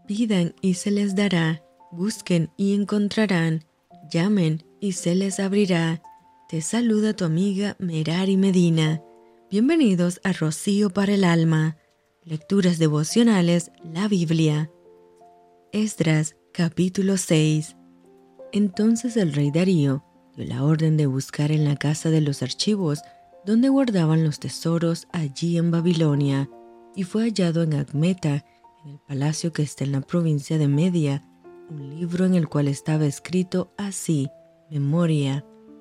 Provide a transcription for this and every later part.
Pidan y se les dará, busquen y encontrarán, llamen y se les abrirá. Te saluda tu amiga Merari Medina. Bienvenidos a Rocío para el Alma. Lecturas devocionales, la Biblia. Esdras, capítulo 6. Entonces el rey Darío dio la orden de buscar en la casa de los archivos donde guardaban los tesoros allí en Babilonia, y fue hallado en Admeta, en el palacio que está en la provincia de Media, un libro en el cual estaba escrito así, Memoria.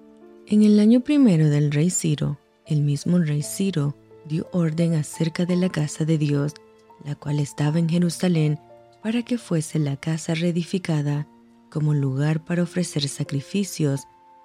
En el año primero del rey Ciro, el mismo rey Ciro dio orden acerca de la casa de Dios, la cual estaba en Jerusalén, para que fuese la casa reedificada como lugar para ofrecer sacrificios,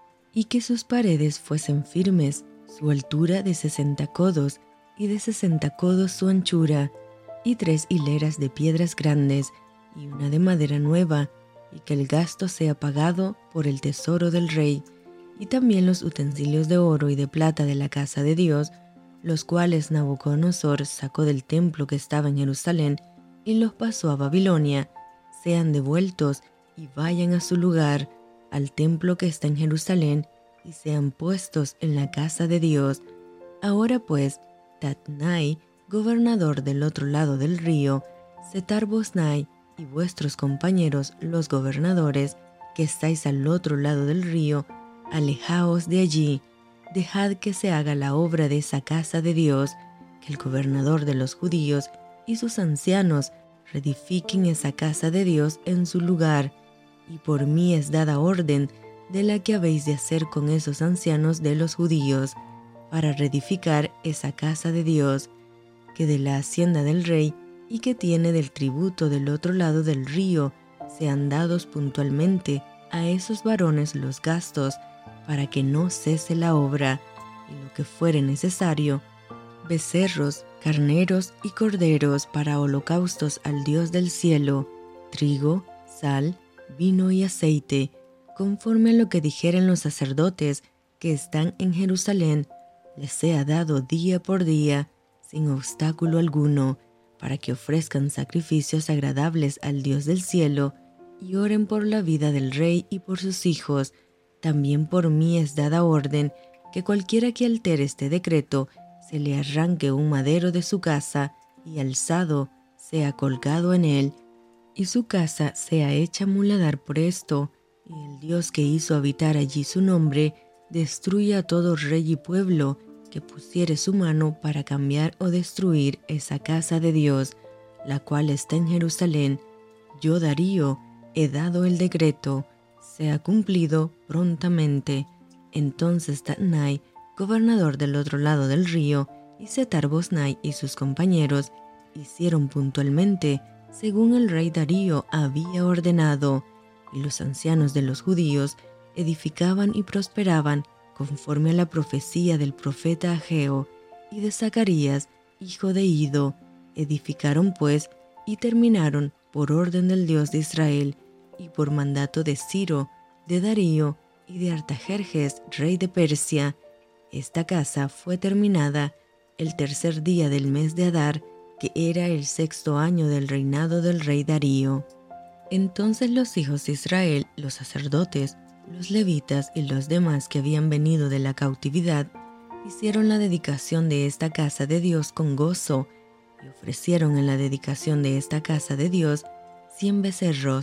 y que sus paredes fuesen firmes, su altura de 60 codos, y de 60 codos su anchura, y 3 hileras de piedras grandes, y una de madera nueva, y que el gasto sea pagado por el tesoro del rey, y también los utensilios de oro y de plata de la casa de Dios, los cuales Nabucodonosor sacó del templo que estaba en Jerusalén, y los pasó a Babilonia, sean devueltos y vayan a su lugar, al templo que está en Jerusalén, y sean puestos en la casa de Dios. Ahora pues, Tatnai, gobernador del otro lado del río, Setar-Bosnai y vuestros compañeros los gobernadores, que estáis al otro lado del río, alejaos de allí, dejad que se haga la obra de esa casa de Dios, que el gobernador de los judíos y sus ancianos reedifiquen esa casa de Dios en su lugar, y por mí es dada orden de la que habéis de hacer con esos ancianos de los judíos, para reedificar esa casa de Dios, que de la hacienda del rey y que tiene del tributo del otro lado del río sean dados puntualmente a esos varones los gastos, para que no cese la obra, y lo que fuere necesario, becerros, carneros y corderos para holocaustos al Dios del cielo, trigo, sal, vino y aceite, conforme a lo que dijeren los sacerdotes que están en Jerusalén, les sea dado día por día, sin obstáculo alguno, para que ofrezcan sacrificios agradables al Dios del cielo, y oren por la vida del rey y por sus hijos. También por mí es dada orden que cualquiera que altere este decreto, se le arranque un madero de su casa, y alzado sea colgado en él, y su casa sea hecha muladar por esto, y el Dios que hizo habitar allí su nombre, destruya a todo rey y pueblo que pusiere su mano para cambiar o destruir esa casa de Dios, la cual está en Jerusalén. Yo, Darío, he dado el decreto, sea cumplido prontamente. Entonces Tatnai, gobernador del otro lado del río, y Setar-Bosnai y sus compañeros hicieron puntualmente según el rey Darío había ordenado, y los ancianos de los judíos edificaban y prosperaban conforme a la profecía del profeta Ageo y de Zacarías, hijo de Ido. Edificaron pues y terminaron por orden del Dios de Israel y por mandato de Ciro, de Darío y de Artajerjes, rey de Persia. Esta casa fue terminada el tercer día del mes de Adar, que era el 6º año del reinado del rey Darío. Entonces los hijos de Israel, los sacerdotes, los levitas y los demás que habían venido de la cautividad, hicieron la dedicación de esta casa de Dios con gozo, y ofrecieron en la dedicación de esta casa de Dios 100 becerros,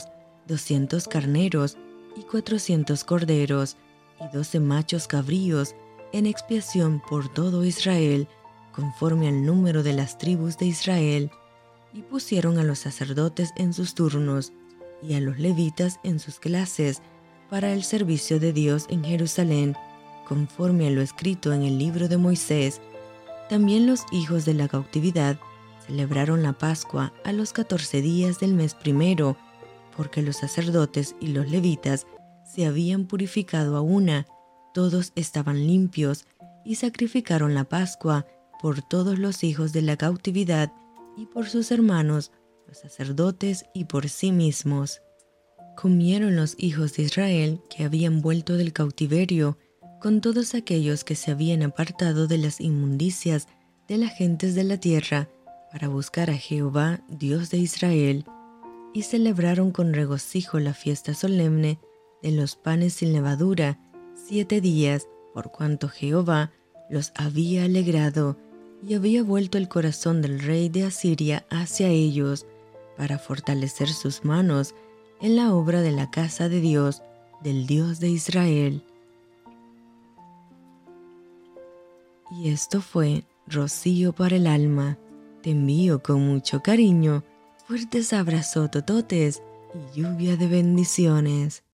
200 carneros y 400 corderos, y 12 machos cabríos, en expiación por todo Israel, conforme al número de las tribus de Israel. Y pusieron a los sacerdotes en sus turnos, y a los levitas en sus clases, para el servicio de Dios en Jerusalén, conforme a lo escrito en el libro de Moisés. También los hijos de la cautividad celebraron la Pascua a los 14 días del mes primero, porque los sacerdotes y los levitas se habían purificado a una, todos estaban limpios, y sacrificaron la Pascua por todos los hijos de la cautividad y por sus hermanos, los sacerdotes, y por sí mismos. Comieron los hijos de Israel que habían vuelto del cautiverio, con todos aquellos que se habían apartado de las inmundicias de las gentes de la tierra, para buscar a Jehová, Dios de Israel. y celebraron con regocijo la fiesta solemne de los panes sin levadura 7 días, por cuanto Jehová los había alegrado y había vuelto el corazón del rey de Asiria hacia ellos, para fortalecer sus manos en la obra de la casa de Dios, del Dios de Israel. Y esto fue Rocío para el alma. Te envío con mucho cariño, fuertes abrazos tototes y lluvia de bendiciones.